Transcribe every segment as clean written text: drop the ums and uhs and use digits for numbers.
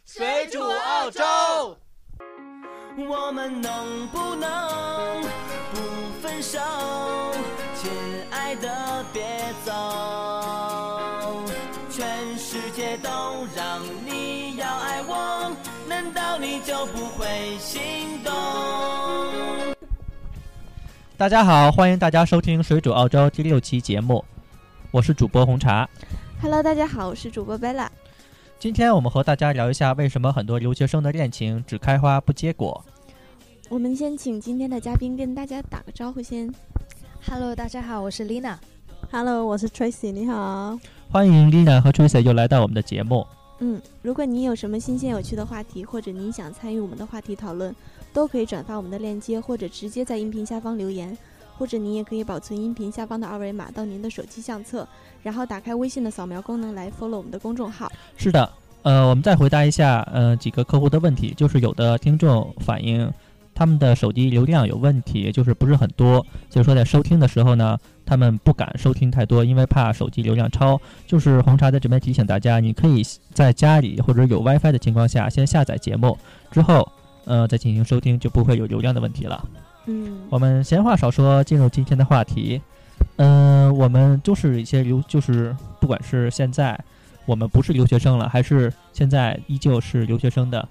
水煮澳洲。 我们能不能不分手？亲爱的别走，全世界都让你要爱我，难道你就不会心动？ 大家好，欢迎大家收听水煮澳洲第6期节目，我是主播红茶。 Hello， 大家好，我是主播 Bella。 今天我们和大家聊一下为什么很多留学生的恋情只开花不结果。 我们先请今天的嘉宾跟大家打个招呼先。 Hello， 大家好，我是 Lina。Hello， 我是 Tracy， 你好。 欢迎 Lina 和 Tracy 又来到我们的节目。 如果你有什么新鲜有趣的话题，或者你想参与我们的话题讨论，都可以转发我们的链接，或者直接在音频下方留言，或者你也可以保存音频下方的二维码到您的手机相册，然后打开微信的扫描功能来 follow 我们的公众号。 是的，我们再回答一下几个客户的问题，就是有的听众反映他们的手机流量有问题，就是不是很多，所以说在收听的时候呢，他们不敢收听太多，因为怕手机流量超。就是红茶在这边提醒大家，你可以在家里或者有 WiFi 的情况下先下载节目，之后再进行收听，就不会有流量的问题了。我们闲话少说，进入今天的话题。我们就是一些就是不管是现在我们不是留学生了，还是现在依旧是留学生的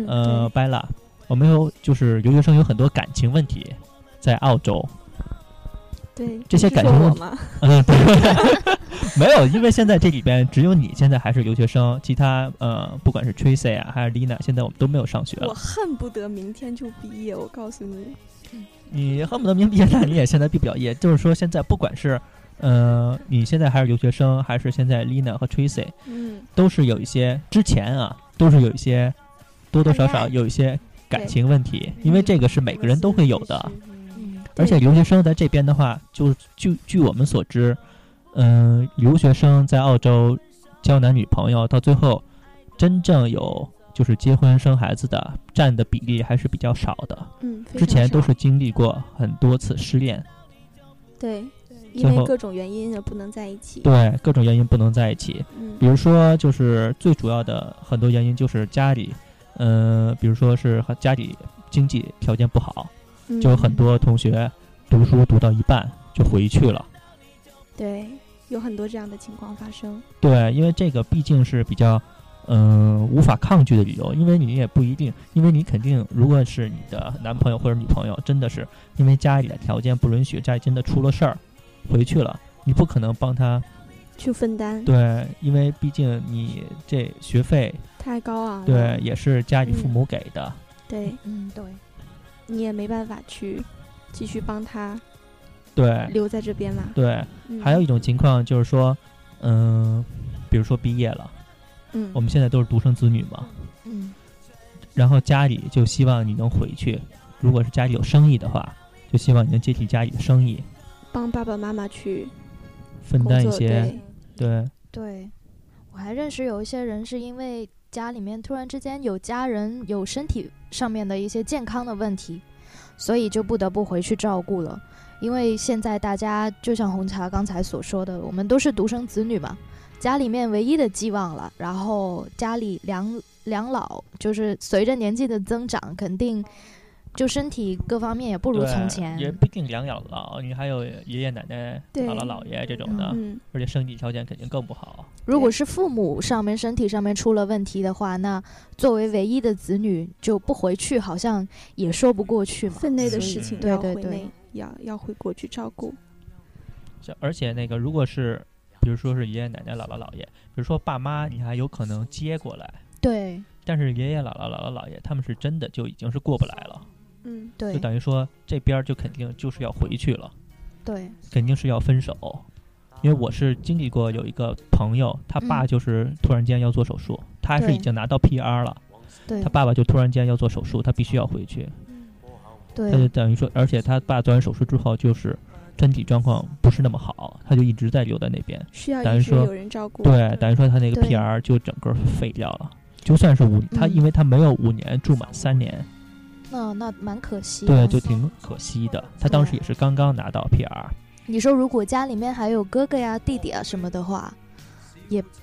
Bella， 我们就是留学生有很多感情问题在澳洲。 对， 这些感情问题对没有，因为现在这里边只有你现在还是留学生，其他不管是 Tracy 啊还是 Lina， 现在我们都没有上学了。 我恨不得明天就毕业，我告诉你。 你恨不得明天毕业，那你也现在毕不了业。就是说现在不管是你现在还是留学生，还是现在 Lina 和 Tracy，都是有一些之前都是有一些多多少少有一些感情问题，因为这个是每个人都会有的。而且留学生在这边的话，据我们所知，留学生在澳洲交男女朋友，到最后真正有就是结婚生孩子的占的比例还是比较少的。之前都是经历过很多次失恋。 对，因为各种原因而不能在一起。 对，各种原因不能在一起。比如说就是最主要的很多原因就是家里，比如说是和家里经济条件不好，就有很多同学读书读到一半就回去了。 对，有很多这样的情况发生。 对，因为这个毕竟是比较无法抗拒的理由，因为你也不一定，因为你肯定如果是你的男朋友或者女朋友真的是因为家里的条件不允许，家里真的出了事儿回去了，你不可能帮他去分担。 对，因为毕竟你这学费太高昂了。 对，也是家里父母给的。 对，对，你也没办法去继续帮他对留在这边嘛。 对，还有一种情况就是说比如说毕业了，我们现在都是独生子女嘛，然后家里就希望你能回去，如果是家里有生意的话，就希望你能接替家里的生意， 帮爸爸妈妈去分担一些。 对，我还认识有一些人是因为家里面突然之间有家人有身体上面的一些健康的问题，所以就不得不回去照顾了。因为现在大家就像红茶刚才所说的，我们都是独生子女嘛，家里面唯一的寄望了，然后家里两老就是随着年纪的增长，肯定就身体各方面也不如从前， 也不一定两老，你还有爷爷奶奶、姥姥姥爷这种的，而且身体条件肯定更不好。 如果是父母上面身体上面出了问题的话，那作为唯一的子女就不回去，好像也说不过去嘛。 分内的事情要回内， 对， 要回国去照顾。 而且那个如果是比如说是爷爷奶奶、姥姥姥爷，比如说爸妈，你还有可能接过来。 对。 但是爷爷姥姥、姥姥姥爷他们是真的就已经是过不来了。 对。 就等于说这边就肯定就是要回去了。 对。 肯定是要分手，因为我是经历过有一个朋友，他爸就是突然间要做手术，他是已经拿到 PR 了，他爸爸就突然间要做手术，他必须要回去。 对。 他就等于说，而且他爸做完手术之后就是身体状况不是那么好，他就一直在留在那边， 需要一直有人照顾。 对，等于说他那个 PR 就整个废掉了。就算是他因为他没有5年住满3年， 那蛮可惜的。 对，就挺可惜的。他当时也是刚刚拿到 PR。 你说如果家里面还有哥哥呀、弟弟啊什么的话，也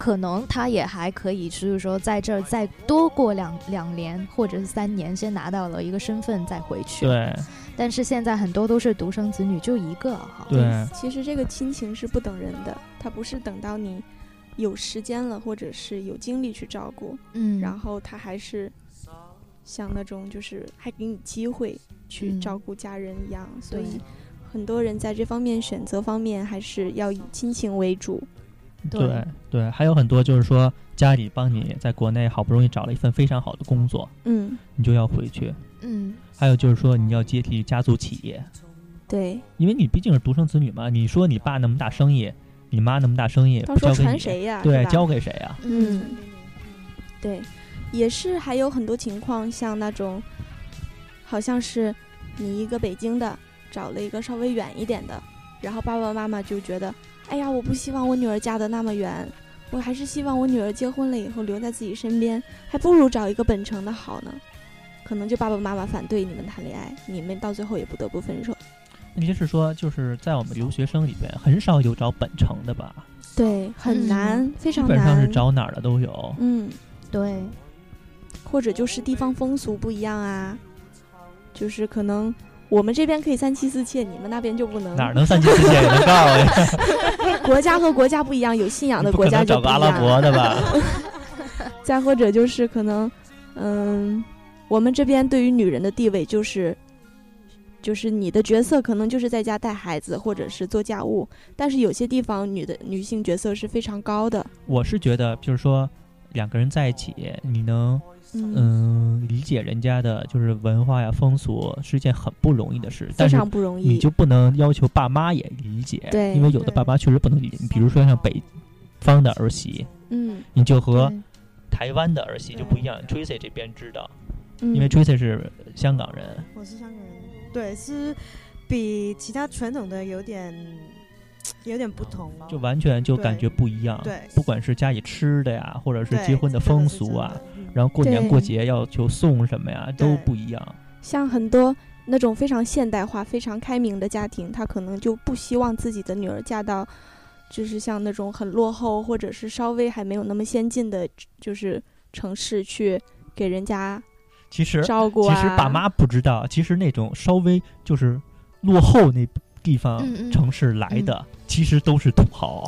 可能他也还可以，就是说在这儿再多过两年或者是3年，先拿到了一个身份再回去。 对。 但是现在很多都是独生子女，就一个哈。 对， 其实这个亲情是不等人的，他不是等到你有时间了或者是有精力去照顾，然后他还是像那种就是还给你机会去照顾家人一样，所以很多人在这方面选择方面还是要以亲情为主。 对对，还有很多就是说家里帮你在国内好不容易找了一份非常好的工作，你就要回去。还有就是说你要接替家族企业。 对， 因为你毕竟是独生子女嘛，你说你爸那么大生意，你妈那么大生意， 到时候交给你传谁呀？ 对，交给谁呀？ 对，也是还有很多情况，像那种好像是你一个北京的找了一个稍微远一点的，然后爸爸妈妈就觉得，哎呀，我不希望我女儿嫁得那么远，我还是希望我女儿结婚了以后留在自己身边，还不如找一个本城的好呢。可能就爸爸妈妈反对你们谈恋爱，你们到最后也不得不分手。 那就是说，就是在我们留学生里边，很少有找本城的吧？ 对，很难，非常难。 基本上是找哪儿的都有。 对。 或者就是地方风俗不一样啊，就是可能我们这边可以3妻4妾，你们那边就不能。 哪能3妻4妾也能告呀？ 国家和国家不一样，有信仰的国家就不一样。 找个阿拉伯的吧？ 再或者就是可能，我们这边对于女人的地位就是你的角色可能就是在家带孩子或者是做家务，但是有些地方女性角色是非常高的。 我是觉得就是说2个人在一起，你能理解人家的就是文化呀风俗是一件很不容易的事， 非常不容易， 你就不能要求爸妈也理解。 对， 因为有的爸妈确实不能理解。比如说像北方的儿媳，你就和台湾的儿媳就不一样。Tracy 这边知道，因为 Tracy 是香港人。 我是香港人，对，是比其他传统的有点不同， 就完全就感觉不一样。 对， 不管是家里吃的呀，或者是结婚的风俗啊，然后过年过节要求送什么呀，都不一样。 像很多那种非常现代化、非常开明的家庭，他可能就不希望自己的女儿嫁到就是像那种很落后或者是稍微还没有那么先进的就是城市去给人家照顾啊。 其实爸妈不知道，其实那种稍微就是落后那地方城市来的，其实都是土豪。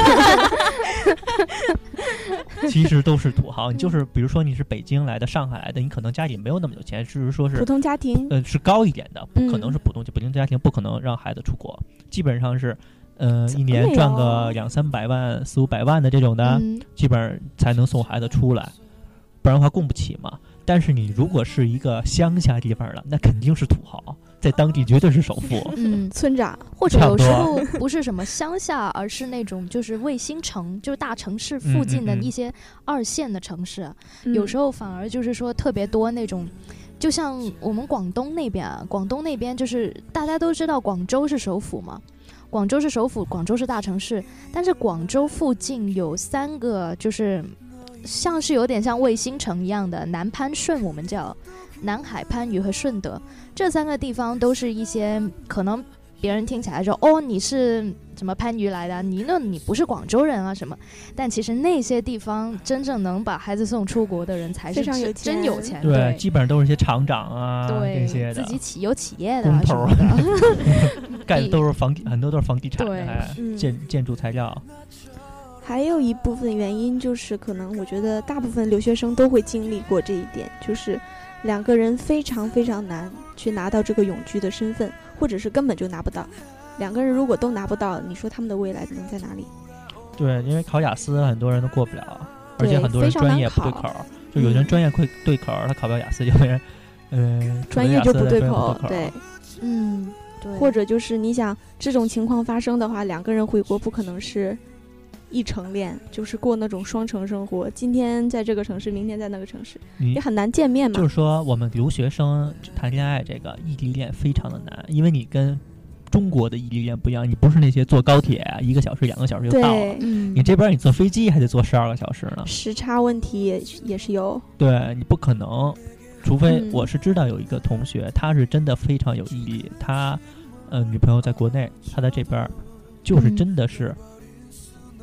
其实都是土豪。你就是比如说你是北京来的、上海来的，你可能家里没有那么有钱，就是说是普通家庭， 是高一点的，不可能是普通家庭，不可能让孩子出国，基本上是一年赚个200-300万、400-500万的这种的，基本上才能送孩子出来，不然的话供不起嘛。但是你如果是一个乡下地方的，那肯定是土豪，在当地绝对是首富。 村长， 或者有时候不是什么乡下，而是那种就是卫星城，就是大城市附近的一些2线的城市，有时候反而就是说特别多那种。就像我们广东那边啊，广东那边就是大家都知道广州是首府嘛，广州是首府，广州是大城市，但是广州附近有3个就是像是有点像卫星城一样的，南番顺我们叫南海、番禺和顺德，这3个地方都是一些可能别人听起来说哦你是什么番禺来的，你不是广州人啊什么，但其实那些地方真正能把孩子送出国的人才是真有钱。 对，基本上都是一些厂长啊， 对， 这些的自己有企业的工头啊什么的盖的都是很多都是房地产的，建筑材料。 还有一部分原因就是可能我觉得大部分留学生都会经历过这一点，就是2个人非常非常难去拿到这个永居的身份，或者是根本就拿不到。2个人如果都拿不到，你说他们的未来能在哪里？ 对，因为考雅思很多人都过不了，而且很多人专业不对口，就有人专业会对口，他考不了雅思，有的人专业就不对口。 对， 对。或者就是你想这种情况发生的话，2个人回国不可能是一城恋，就是过那种双城生活，今天在这个城市，明天在那个城市，也很难见面嘛。 就是说我们留学生谈恋爱这个异地恋非常的难，因为你跟中国的异地恋不一样，你不是那些坐高铁1个小时2个小时就到了，你这边你坐飞机还得坐12个小时呢， 时差问题也是有。 对，你不可能，除非我是知道有一个同学，他是真的非常有毅力，他女朋友在国内，他在这边就是真的是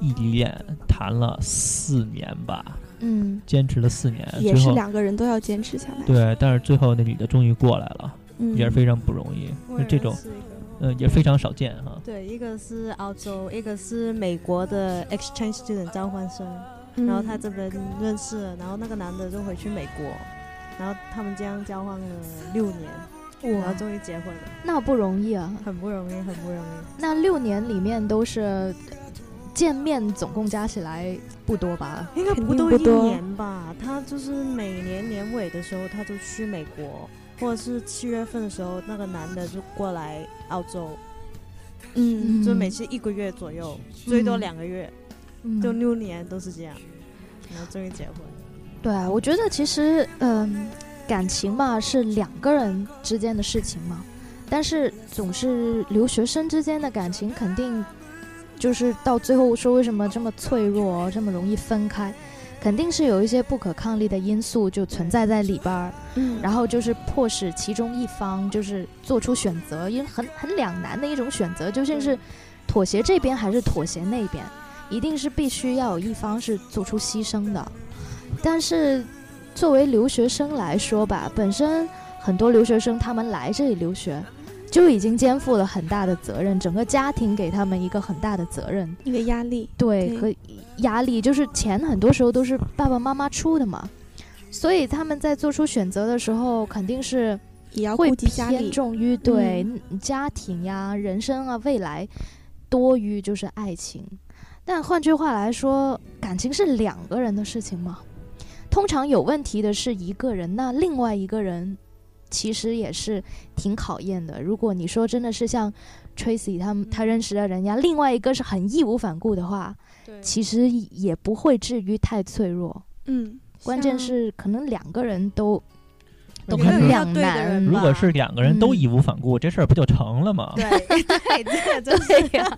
异地恋谈了4年吧，坚持了4年， 也是2个人都要坚持下来。 对，但是最后那女的终于过来了，也是非常不容易。这种也非常少见哈。 对，一个是澳洲，一个是美国的 exchange student 交换生，然后他这边认识了，然后那个男的就回去美国，然后他们这样交换了6年，然后终于结婚了。 那不容易啊， 很不容易，很不容易。 那6年里面都是见面，总共加起来不多吧？ 应该不多1年吧？他就是每年年尾的时候，他就去美国。或者是7月份的时候，那个男的就过来澳洲，就每次1个月左右，最多2个月，就6年都是这样，然后终于结婚。 对啊，我觉得其实感情嘛是2个人之间的事情嘛，但是总是留学生之间的感情肯定就是到最后说为什么这么脆弱，这么容易分开。肯定是有一些不可抗力的因素就存在在里边，然后就是迫使其中一方就是做出选择，因为很两难的一种选择，究竟是妥协这边还是妥协那边，一定是必须要有一方是做出牺牲的。但是作为留学生来说吧，本身很多留学生他们来这里留学就已经肩负了很大的责任，整个家庭给他们一个很大的责任， 一个压力， 对，和压力，就是钱很多时候都是爸爸妈妈出的嘛，所以他们在做出选择的时候肯定是也要顾及家里， 偏重于对家庭呀、人生啊、未来多于就是爱情。但换句话来说，感情是2个人的事情嘛，通常有问题的是一个人，那另外一个人其实也是挺考验的。如果你说真的是像 Tracy 他认识的人家，另外一个是很义无反顾的话，其实也不会至于太脆弱。关键是可能2个人都很两难。 如果是2个人都义无反顾，这事儿不就成了吗？ 对，这个就是呀。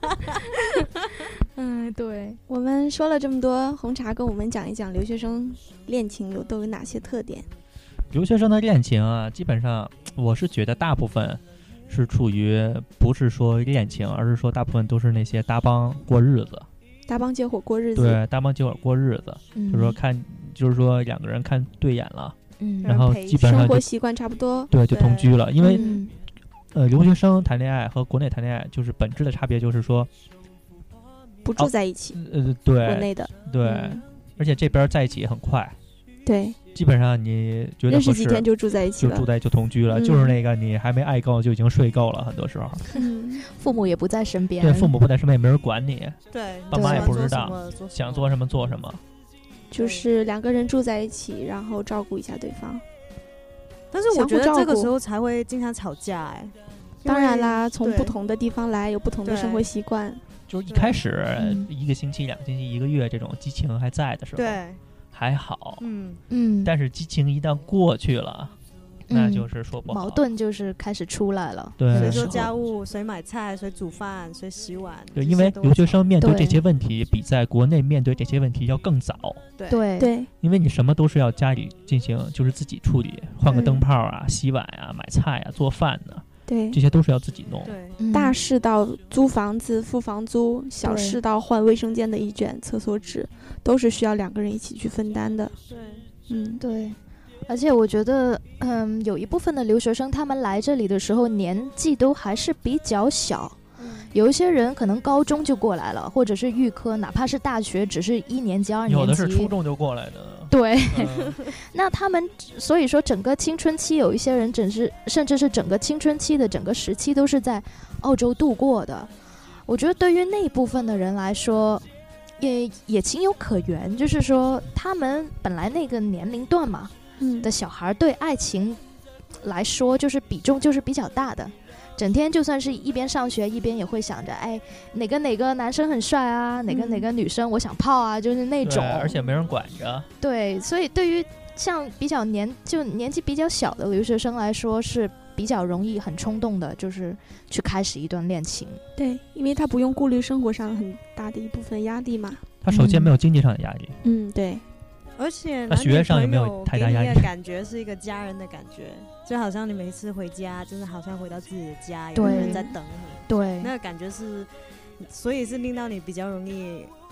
对。 我们说了这么多，红茶跟我们讲一讲留学生恋情都有哪些特点。 留学生的恋情啊，基本上我是觉得大部分是处于不是说恋情，而是说大部分都是那些搭帮过日子， 搭帮结伙过日子。 对，搭帮结伙过日子，就是说2个人看对眼了，然后基本上生活习惯差不多， 对，就同居了。因为留学生谈恋爱和国内谈恋爱就是本质的差别，就是说不住在一起。 对， 国内的对，而且这边在一起也很快。 对， 基本上你觉得认识几天就住在一起了， 就同居了，就是那个你还没爱够就已经睡够了，很多时候。 父母也不在身边， 对，父母不在身边也没人管你， 对， 爸妈也不知道想做什么做什么， 就是2个人住在一起，然后照顾一下对方。 但是我觉得这个时候才会经常吵架当然啦，从不同的地方来，有不同的生活习惯。 就是一开始1个星期、2个星期、1个月这种激情还在的时候， 对， 还好，但是激情一旦过去了，那就是说不好， 矛盾就是开始出来了。 对， 谁做家务，谁买菜，谁煮饭，谁洗碗。 对，因为留学生面对这些问题，比在国内面对这些问题要更早。 对， 因为你什么都是要家里进行，就是自己处理，换个灯泡啊、洗碗啊、买菜啊、做饭呢。 对， 这些都是要自己弄。 对，大事到租房子付房租，小事到换卫生间的一卷厕所纸，都是需要2个人一起去分担的。 对， 对。而且我觉得，有一部分的留学生他们来这里的时候年纪都还是比较小，有一些人可能高中就过来了，或者是预科，哪怕是大学只是1年级、2年级， 有的是初中就过来的。 对，那他们所以说整个青春期，有一些人甚至是整个青春期的整个时期都是在澳洲度过的。我觉得对于那部分的人来说，也情有可原，就是说他们本来那个年龄段嘛，的小孩对爱情来说就是比重就是比较大的。整天就算是一边上学一边也会想着，哎，哪个男生很帅啊，哪个女生我想泡啊，就是那种， 而且没人管着。 对，所以对于像比较年纪比较小的留学生来说，是比较容易很冲动的，就是去开始一段恋情。 对，因为他不用顾虑生活上很大的一部分压力嘛。 他首先没有经济上的压力。 对。 而且学业上也没有太大压力， 感觉是一个家人的感觉，就好像你每次回家，就是好像回到自己的家，有人在等你。 对， 那个感觉是，所以是令到你比较容易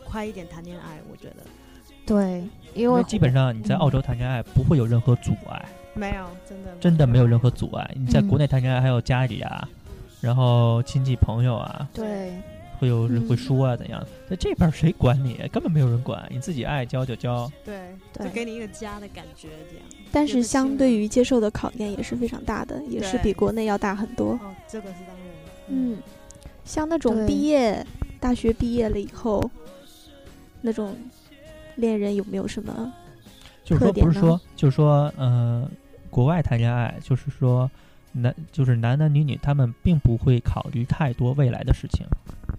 快一点谈恋爱，我觉得。 对， 因为基本上你在澳洲谈恋爱不会有任何阻碍， 没有， 真的没有任何阻碍。你在国内谈恋爱还有家里啊，然后亲戚朋友啊， 对， 会有人会说啊怎样，在这边谁管你？根本没有人管，你自己爱交就交。 对，就给你一个家的感觉这样。 但是相对于接受的考验也是非常大的，也是比国内要大很多。 哦，这个是当然。 像那种大学毕业了以后，那种恋人有没有什么特点呢？ 就是说，国外谈恋爱，就是说男男女女他们并不会考虑太多未来的事情。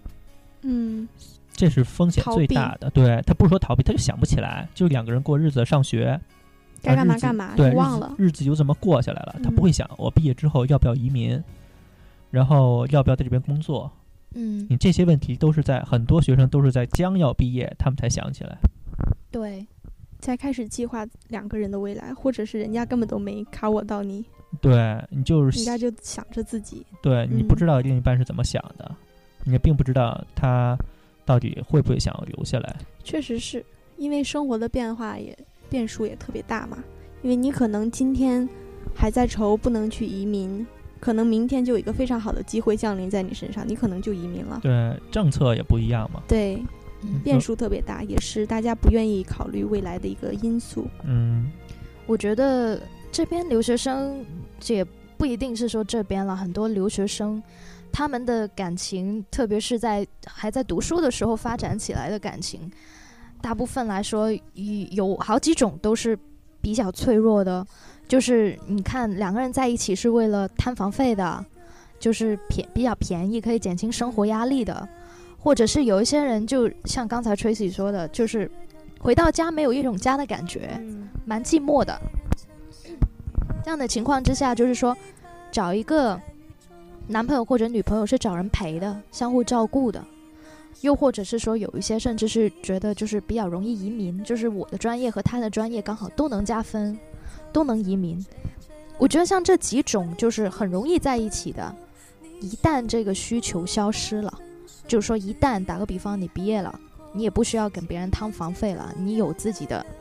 这是风险最大的。对，他不是说逃避，他就想不起来，就两个人过日子，上学该干嘛干嘛， 对， 忘了日子就这么过下来了。他不会想我毕业之后要不要移民，然后要不要在这边工作。你这些问题都是在很多学生都是在将要毕业他们才想起来。 对， 才开始计划两个人的未来，或者是人家根本都没卡我到你。 对，你就是人家就想着自己。 对，你不知道另一半是怎么想的，你也并不知道他到底会不会想要留下来。 确实是因为生活的变数也特别大嘛，因为你可能今天还在愁不能去移民，可能明天就有一个非常好的机会降临在你身上，你可能就移民了。 对，政策也不一样嘛。 对，变数特别大，也是大家不愿意考虑未来的一个因素。 我觉得这边留学生，这也不一定是说这边了，很多留学生他们的感情，特别是还在读书的时候发展起来的感情，大部分来说有好几种都是比较脆弱的。就是你看两个人在一起是为了摊房费的，就是比较便宜，可以减轻生活压力的，或者是有一些人就像刚才 Tracy 说的，就是回到家没有一种家的感觉，蛮寂寞的。这样的情况之下，就是说找一个男朋友或者女朋友是找人陪的，相互照顾的。又或者是说有一些甚至是觉得就是比较容易移民，就是我的专业和他的专业刚好都能加分，都能移民。我觉得像这几种就是很容易在一起的，一旦这个需求消失了，就是说一旦打个比方你毕业了，你也不需要跟别人摊房费了，你有自己的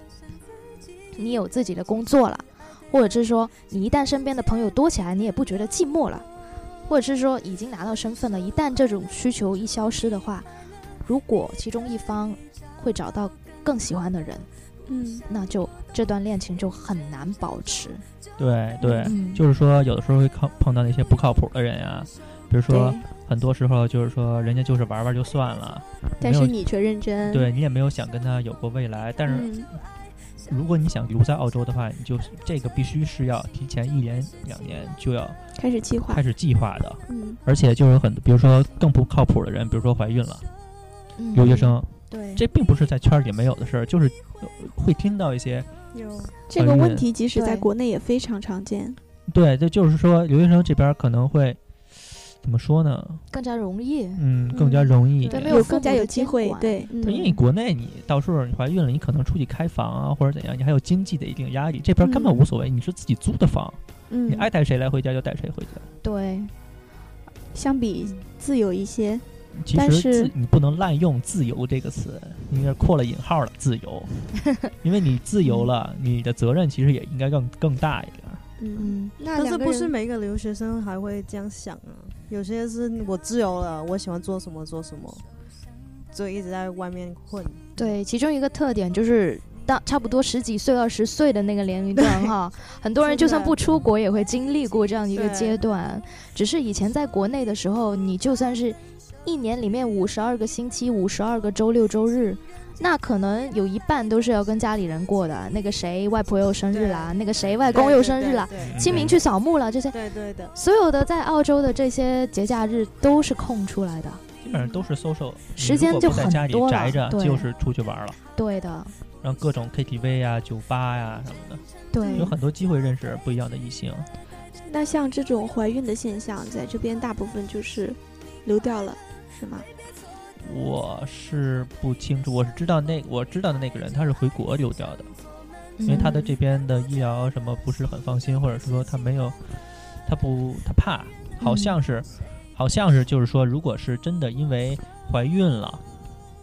工作了，或者是说你一旦身边的朋友多起来，你也不觉得寂寞了，或者是说已经拿到身份了，一旦这种需求一消失的话，如果其中一方会找到更喜欢的人，那就这段恋情就很难保持。 对对，就是说有的时候会碰到那些不靠谱的人呀，比如说很多时候就是说人家就是玩玩就算了， 但是你却认真， 对你也没有想跟他有过未来。但是如果你想留在澳洲的话，你就这个必须是要提前1年2年就要开始计划的。而且就是比如说更不靠谱的人，比如说怀孕了，留学生， 对， 这并不是在圈里没有的事儿，就是会听到一些这个问题，即使在国内也非常常见。 对，这就是说留学生这边可能会怎么说呢？ 更加容易， 更加容易， 对，有更加有机会，对， 因为国内你到时候你怀孕了，你可能出去开房啊或者怎样，你还有经济的一定压力，这边根本无所谓，你是自己租的房，你爱带谁来回家就带谁回家。 对， 相比自由一些。 其实你不能滥用自由这个词，应该括了引号的自由，因为你自由了，你的责任其实也应该更大一点。 但是不是每个留学生还会这样想啊？有些是我自由了，我喜欢做什么做什么，就一直在外面混。 对，其中一个特点就是差不多10几岁、20岁的那个年龄段哈，很多人就算不出国也会经历过这样一个阶段。只是以前在国内的时候，你就算是1年里面52个星期、52个周六周日，那可能有一半都是要跟家里人过的。那个谁外婆又生日啦，那个谁外公又生日啦，清明去扫墓了，这些对的， 所有的在澳洲的这些节假日都是空出来的， 基本上都是 social， 时间就很多了， 在家里宅着就是出去玩了。 对的， 让各种 KTV 啊、酒吧呀什么的， 对， 有很多机会认识不一样的异性。 那像这种怀孕的现象，在这边大部分就是流掉了，是吗？ 我是不清楚，我知道的那个人他是回国流掉的，因为他的这边的医疗什么不是很放心，或者是说他怕，好像是就是说，如果是真的因为怀孕了，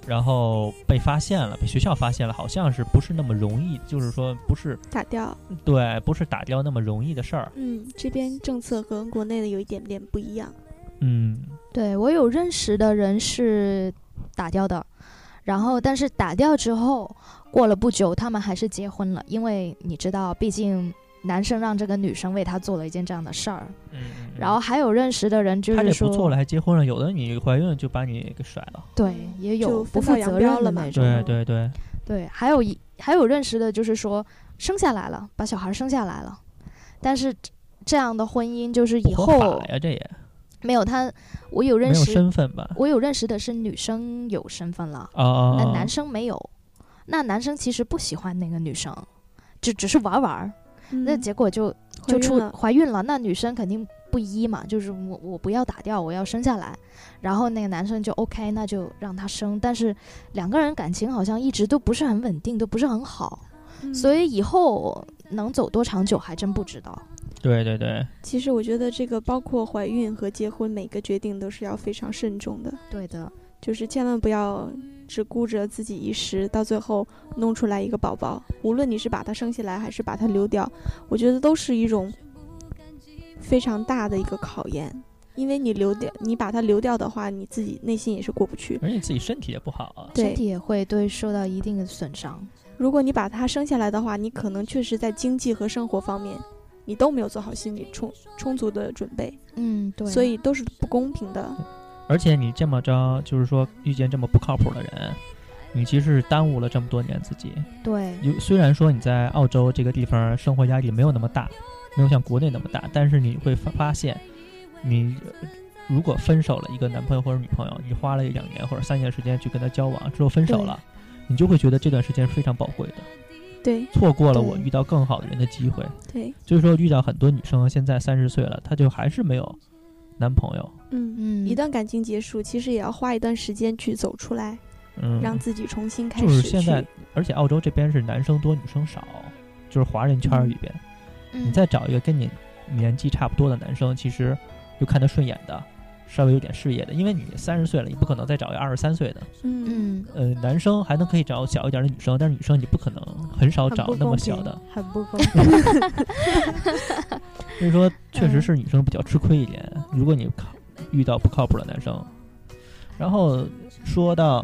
然后被发现了，被学校发现了，好像是不是那么容易，就是说不是打掉， 对，不是打掉那么容易的事儿。 这边政策跟国内的有一点点不一样。 对，我有认识的人是打掉的，然后但是打掉之后过了不久他们还是结婚了，因为你知道毕竟男生让这个女生为他做了一件这样的事儿。然后还有认识的人就是说， 他这不错了还结婚了，有的你怀孕就把你给甩了。 对，也有不负责任的那种。对，还有认识的就是说生下来了，把小孩生下来了，但是这样的婚姻就是以后不合法呀，这也没有他，我有认识没有身份吧？ 我有认识的是女生有身份了，那男生没有。那男生其实不喜欢那个女生，只是玩玩，那结果就怀孕了。那女生肯定不依嘛，就是我不要打掉，我要生下来。然后那个男生就 OK， 那就让他生。但是两个人感情好像一直都不是很稳定，都不是很好，所以以后能走多长久还真不知道。 对， 其实我觉得这个包括怀孕和结婚，每个决定都是要非常慎重的。 对的， 就是千万不要只顾着自己一时，到最后弄出来一个宝宝，无论你是把它生下来还是把它流掉，我觉得都是一种非常大的一个考验。因为你把它流掉的话，你自己内心也是过不去， 而且你自己身体也不好啊， 身体也会受到一定的损伤。 如果你把它生下来的话，你可能确实在经济和生活方面你都没有做好心理充足的准备。 对， 所以都是不公平的。 而且你这么着，就是说遇见这么不靠谱的人，你其实耽误了这么多年自己。 对， 虽然说你在澳洲这个地方生活压力没有那么大，没有像国内那么大，但是你会发现，你如果分手了一个男朋友或者女朋友，你花了2年或者3年时间去跟他交往，之后分手了，你就会觉得这段时间是非常宝贵的。 对， 错过了我遇到更好的人的机会。 对， 就是说遇到很多女生现在30岁了，她就还是没有男朋友。 一段感情结束，其实也要花一段时间去走出来，让自己重新开始。 就是现在，而且澳洲这边是男生多女生少，就是华人圈里边，你再找一个跟你年纪差不多的男生，其实就看得顺眼的，稍微有点事业的，因为你30岁了，你不可能再找一个23岁的。男生还能可以找小一点的女生，但是女生你不可能很少找那么小的， 很不公平。 所以说，确实是女生比较吃亏一点。如果你遇到不靠谱的男生，然后说到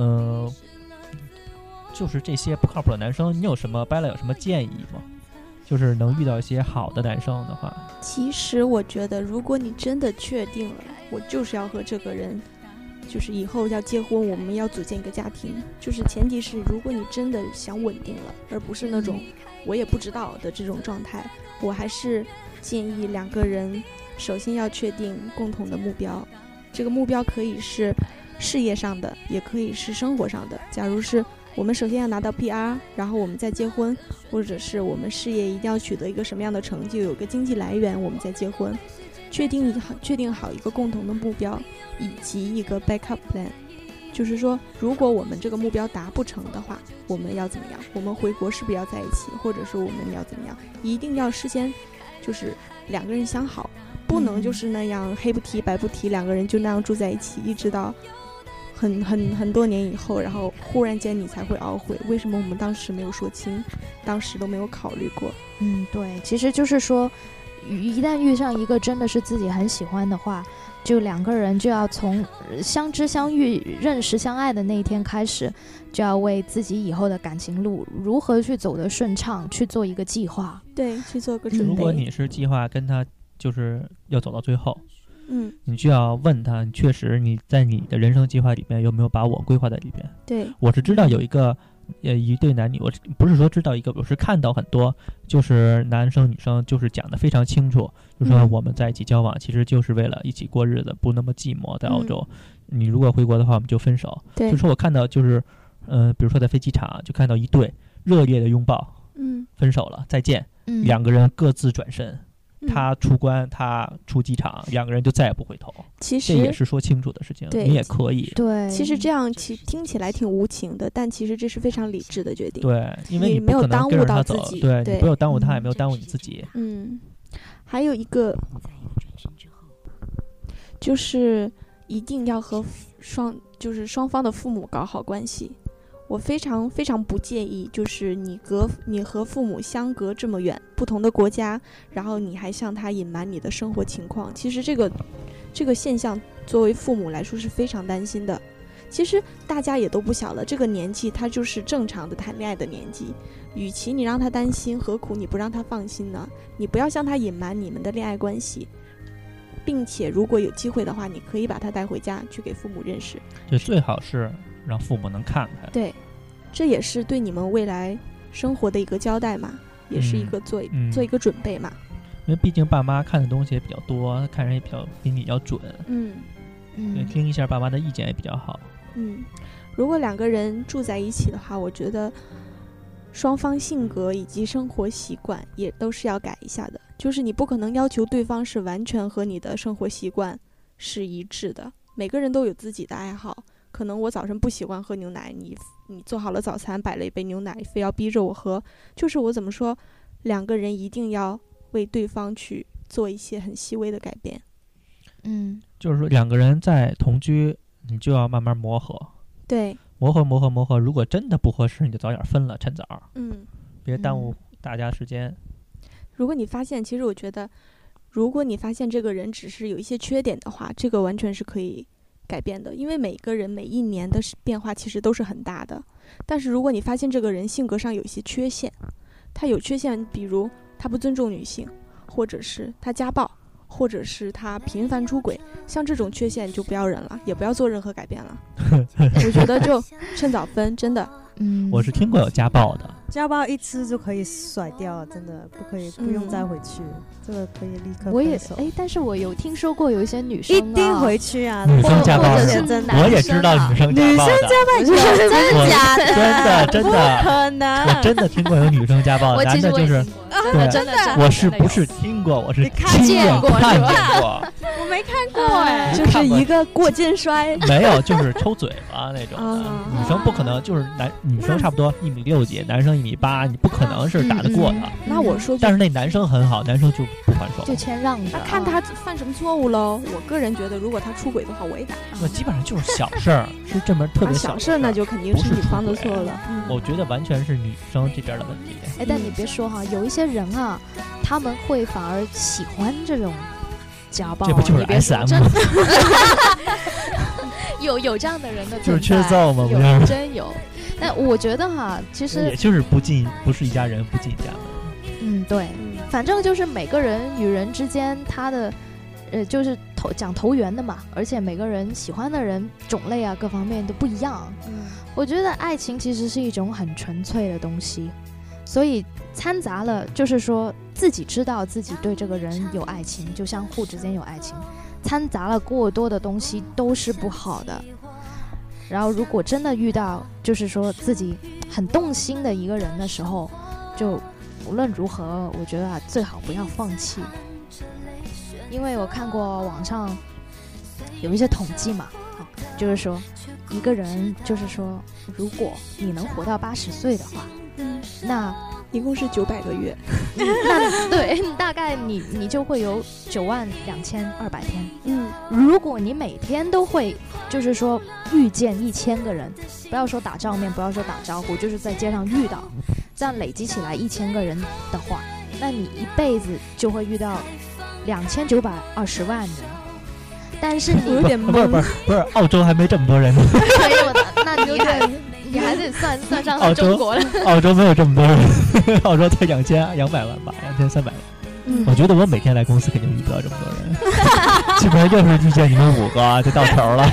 就是这些不靠谱的男生，你有什么Bella有什么建议吗？就是能遇到一些好的男生的话， 其实我觉得，如果你真的确定了，我就是要和这个人，就是以后要结婚，我们要组建一个家庭，就是前提是，如果你真的想稳定了，而不是那种我也不知道的这种状态，我还是建议2个人首先要确定共同的目标。这个目标可以是事业上的，也可以是生活上的。假如是我们首先要拿到 PR， 然后我们再结婚，或者是我们事业一定要取得一个什么样的成就，有个经济来源，我们再结婚。确定好一个共同的目标，以及一个 backup plan， 就是说如果我们这个目标达不成的话，我们要怎么样，我们回国是不是要在一起，或者是我们要怎么样，一定要事先就是2个人想好，不能就是那样黑不提白不提，2个人就那样住在一起，一直到很多年以后，然后忽然间你才会懊悔，为什么我们当时没有说清，当时都没有考虑过。 对，其实就是说一旦遇上一个真的是自己很喜欢的话，就2个人就要从相知相遇认识相爱的那一天开始，就要为自己以后的感情路如何去走得顺畅去做一个计划。 对，去做个准备。 如果你是计划跟他就是要走到最后，你就要问他，你确实你在你的人生计划里面有没有把我规划在里边。 对， 我是知道有一个一对男女，我不是说知道一个，我是看到很多就是男生女生就是讲得非常清楚，就说我们在一起交往其实就是为了一起过日子，不那么寂寞。在澳洲，你如果回国的话我们就分手。就说我看到就是比如说在飞机场就看到一对热烈的拥抱，分手了再见，2个人各自转身，他出关他出机场，2个人就再也不回头。 其实这也是说清楚的事情，你也可以。 对， 其实这样听起来挺无情的，但其实这是非常理智的决定。 对，因为你没有耽误到自己， 对，你没有耽误他，也没有耽误你自己。 还有一个就是一定要和就是双方的父母搞好关系。我非常非常不介意，就是你和父母相隔这么远，不同的国家，然后你还向他隐瞒你的生活情况。其实这个现象，作为父母来说是非常担心的。其实大家也都不小了，这个年纪他就是正常的谈恋爱的年纪。与其你让他担心，何苦你不让他放心呢？你不要向他隐瞒你们的恋爱关系，并且如果有机会的话，你可以把他带回家去给父母认识。 就最好是让父母能看看。 对，这也是对你们未来生活的一个交代嘛，也是一个做一个准备嘛。 因为毕竟爸妈看的东西也比较多，看人也比你要准。听一下爸妈的意见也比较好。 如果两个人住在一起的话，我觉得双方性格以及生活习惯也都是要改一下的。就是你不可能要求对方是完全和你的生活习惯是一致的，每个人都有自己的爱好。可能我早晨不喜欢喝牛奶，你做好了早餐，摆了一杯牛奶，非要逼着我喝。就是我怎么说，两个人一定要为对方去做一些很细微的改变。 就是说两个人在同居，你就要慢慢磨合。 对， 磨合。如果真的不合适，你就早点分了，趁早。别耽误大家时间。 如果你发现，其实我觉得，如果你发现这个人只是有一些缺点的话，这个完全是可以改变的。因为每个人每一年的变化其实都是很大的。但是如果你发现这个人性格上有一些缺陷，他有缺陷，比如他不尊重女性，或者是他家暴，或者是他频繁出轨，像这种缺陷就不要忍了，也不要做任何改变了。我觉得就趁早分，真的。 我是听过有家暴的， 家暴一次就可以甩掉，真的不可以，不用再回去，这个可以立刻分手。 我也但是我有听说过有一些女生一定回去啊， 女生家暴或者是男生我也知道女生家暴的， 真的假的？ 真的不可能， 我真的听过有女生家暴的，男的就是真的， 我是不是听过，我是亲眼过看见过。 我没看过就是一个过肩摔， 没有，就是抽嘴巴那种的。女生不可能，就是女生差不多1.6米几，男生1.8米，你不可能是打得过的。 那我说， 但是那男生很好，男生就不还手， 就谦让着。 看他犯什么错误喽。我个人觉得，如果他出轨的话，我也打。 那基本上就是小事儿，是这门特别小事，那就肯定是女方的错了。 我觉得完全是女生这边的问题。 但你别说哈，有一些人啊，他们会反而喜欢这种家暴。 这不就是 SM 吗？ 有这样的人的存在， 就是缺揍吗？ 有，真有。但我觉得哈，其实也就是不是一家人，不进一家门。 对，反正就是每个人与人之间，他的就是讲投缘的嘛，而且每个人喜欢的人种类啊，各方面都不一样。我觉得爱情其实是一种很纯粹的东西，所以掺杂了，就是说自己知道自己对这个人有爱情，就相互之间有爱情，掺杂了过多的东西都是不好的。然后如果真的遇到就是说自己很动心的一个人的时候，就无论如何我觉得最好不要放弃。因为我看过网上有一些统计嘛，就是说一个人就是说如果你能活到80岁的话，那一共是900个月， 那对，大概你就会有92200天。如果你每天都会就是说遇见1000个人，不要说打照面，不要说打招呼，就是在街上遇到，这样累积起来1000个人的话，那你一辈子就会遇到2920万人。但是你有点懵，不是，澳洲还没这么多人呢。 哎呦我的，那你还得算上中国了。 澳洲没有这么多人，澳洲才2200万吧，2300万。我觉得我每天来公司肯定遇不到这么多人，基本上就是遇见你们5个就到头了。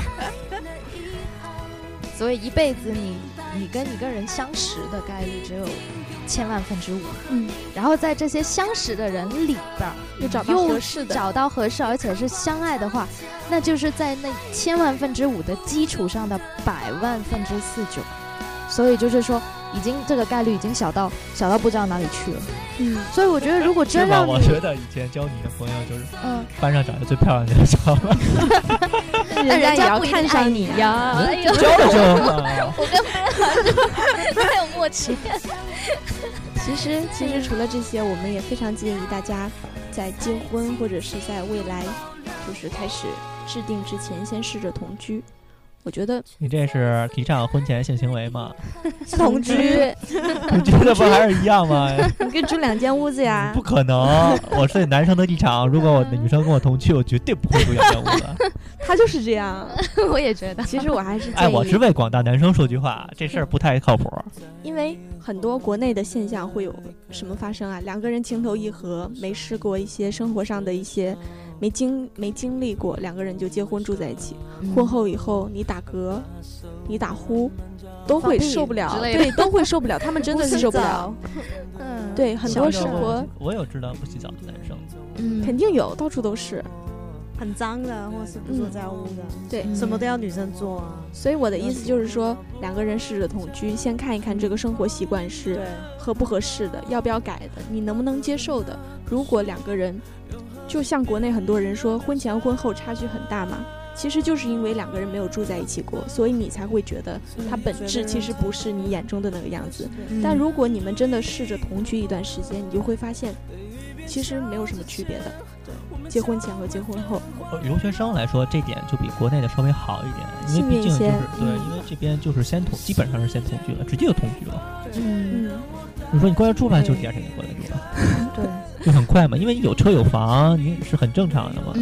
所以一辈子你跟一个人相识的概率只有1000万分之5。然后在这些相识的人里边又找到合适的， 而且是相爱的话，那就是在那1000万分之5的基础上的100万分之49。所以就是说已经这个概率已经小到不知道哪里去了。所以我觉得如果真让我觉得以前交女的朋友就是班上长得最漂亮的就交了。 人家也要看上你呀。 交我跟班上有默契。 其实除了这些，我们也非常建议大家在结婚或者是在未来就是开始制定之前，先试着同居。 我觉得你这是提倡婚前性行为吗？ 同居， 你觉得不还是一样吗？ 你可以住2间屋子呀。 不可能，我是男生的立场，如果我的女生跟我同居，我绝对不会住2间屋子。 他就是这样， 我也觉得。 其实我还是建议， 我是为广大男生说句话，这事儿不太靠谱。 因为很多国内的现象会有什么发生啊？2个人情投意合，没试过一些生活上的一些没经历过，2个人就结婚住在一起，婚后以后你打嗝、你打呼，都会受不了，对，都会受不了，他们真的是受不了。对，很多生活我有知道不洗澡的男生， 肯定有，到处都是。 很脏的，或是不做家务的， 对， 什么都要女生做啊。 所以我的意思就是说，2个人试着同居，先看一看这个生活习惯是合不合适的，要不要改的，你能不能接受的。如果2个人，就像国内很多人说婚前婚后差距很大嘛，其实就是因为2个人没有住在一起过，所以你才会觉得它本质其实不是你眼中的那个样子。但如果你们真的试着同居一段时间，你就会发现其实没有什么区别的，结婚前和结婚后。 留学生来说，这点就比国内的稍微好一点，因为毕竟就是对，因为这边就是基本上是先同居了，直接就同居了。你说你过来住吧，就第2天就过来住了，对，就很快嘛，因为你有车有房，你是很正常的嘛。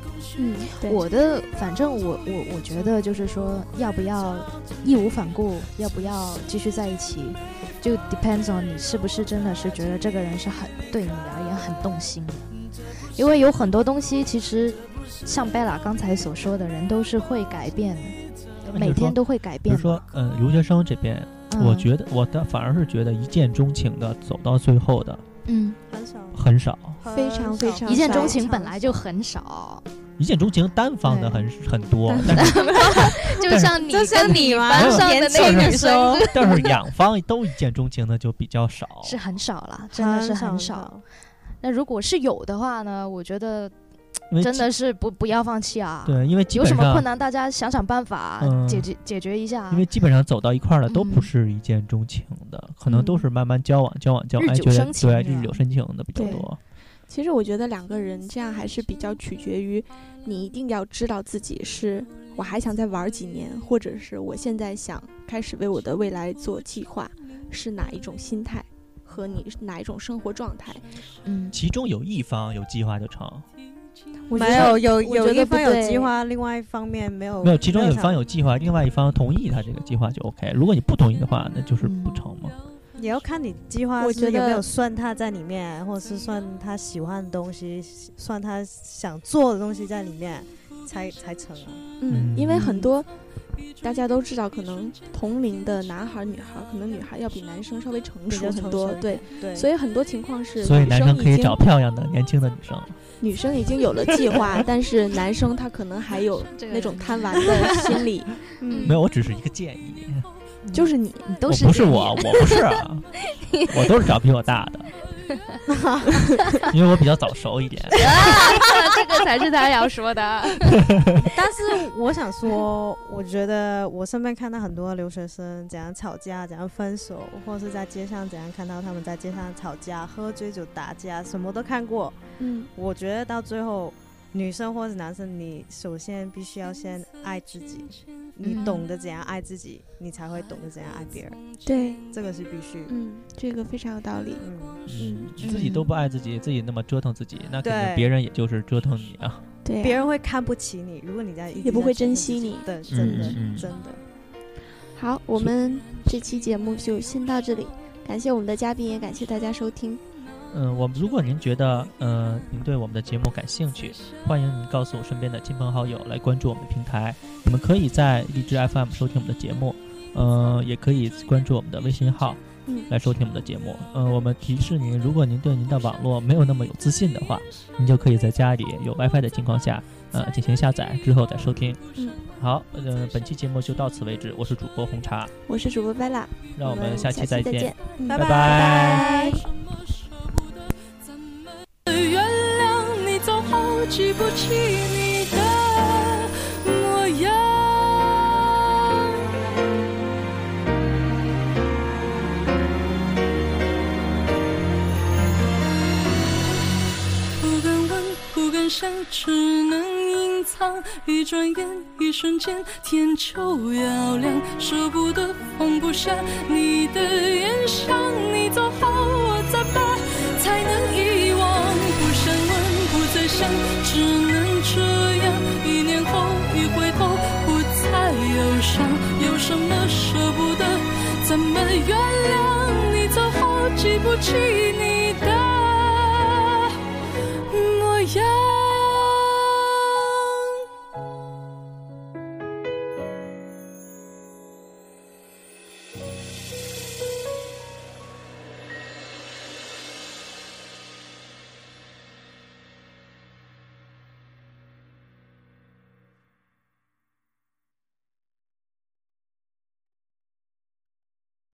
反正我觉得就是说，要不要义无反顾，要不要继续在一起，就 depends on 你是不是真的是觉得这个人是很对你而言很动心的。因为有很多东西其实像贝拉刚才所说的，人都是会改变的，每天都会改变的。 比如说留学生这边，我觉得反而是觉得一见钟情的走到最后的很少， 非常非常少。 一见钟情本来就很少， 一见钟情单方的很多，但是就像你跟你班上的那个女生， 但是2方都一见钟情的就比较少， 是很少了，真的是很少。那如果是有的话呢，我觉得真的是不要放弃啊。 对，因为基本上有什么困难大家想办法解决一下。 因为基本上走到一块儿的都不是一见钟情的，可能都是慢慢交往， 日久生情， 对，日久生情的比较多。 其实我觉得2个人这样还是比较取决于你一定要知道自己是我还想再玩几年，或者是我现在想开始为我的未来做计划，是哪一种心态和你哪一种生活状态。 其中有一方有计划就成， 没有一方有计划，另外一方面没有， 其中有一方有计划，另外一方同意他这个计划就 OK。如果你不同意的话，那就是不成嘛。 也要看你计划是有没有算他在里面，或者是算他喜欢的东西，算他想做的东西在里面才成啊。 因为很多大家都知道，可能同龄的男孩女孩，可能女孩要比男生稍微成熟很多，对，所以很多情况是， 所以男生可以找漂亮的年轻的女生， 女生已经有了计划，但是男生他可能还有那种贪玩的心理。 没有，我只是一个建议。 就是你都是不是我不是啊，我都是找比我大的，因为我比较早熟一点。 这个才是他要说的。 但是我想说，我觉得我身边看到很多留学生怎样吵架，怎样分手，或是在街上怎样看到他们在街上吵架、喝醉酒打架，什么都看过。我觉得到最后，女生或者男生，你首先必须要先爱自己。你懂得怎样爱自己，你才会懂得怎样爱别人。 对， 这个是必须。 这个非常有道理。 自己都不爱自己，自己那么折腾自己，那肯定别人也就是折腾你啊。 对， 别人会看不起你，如果你也不会珍惜你。 对，真的真的。 好，我们这期节目就先到这里，感谢我们的嘉宾，也感谢大家收听。 如果您觉得您对我们的节目感兴趣，欢迎您告诉身边的亲朋好友来关注我们的平台。你们可以在荔枝 FM 收听我们的节目，也可以关注我们的微信号来收听我们的节目。我们提示您，如果您对您的网络没有那么有自信的话，您就可以在家里有 WiFi 的情况下进行下载之后再收听。好，本期节目就到此为止。我是主播红茶， 我是主播贝拉， 让我们下期再见， 拜拜。 原谅你总好记不起你的模样，不敢问，不敢想，只能隐藏。 长，一转眼一瞬间天就要亮，舍不得放不下你的眼像，你走后我再把才能遗忘，不想问不再想，只能这样，一年后一回头不再忧伤，有什么舍不得，怎么原谅，你走后记不起你的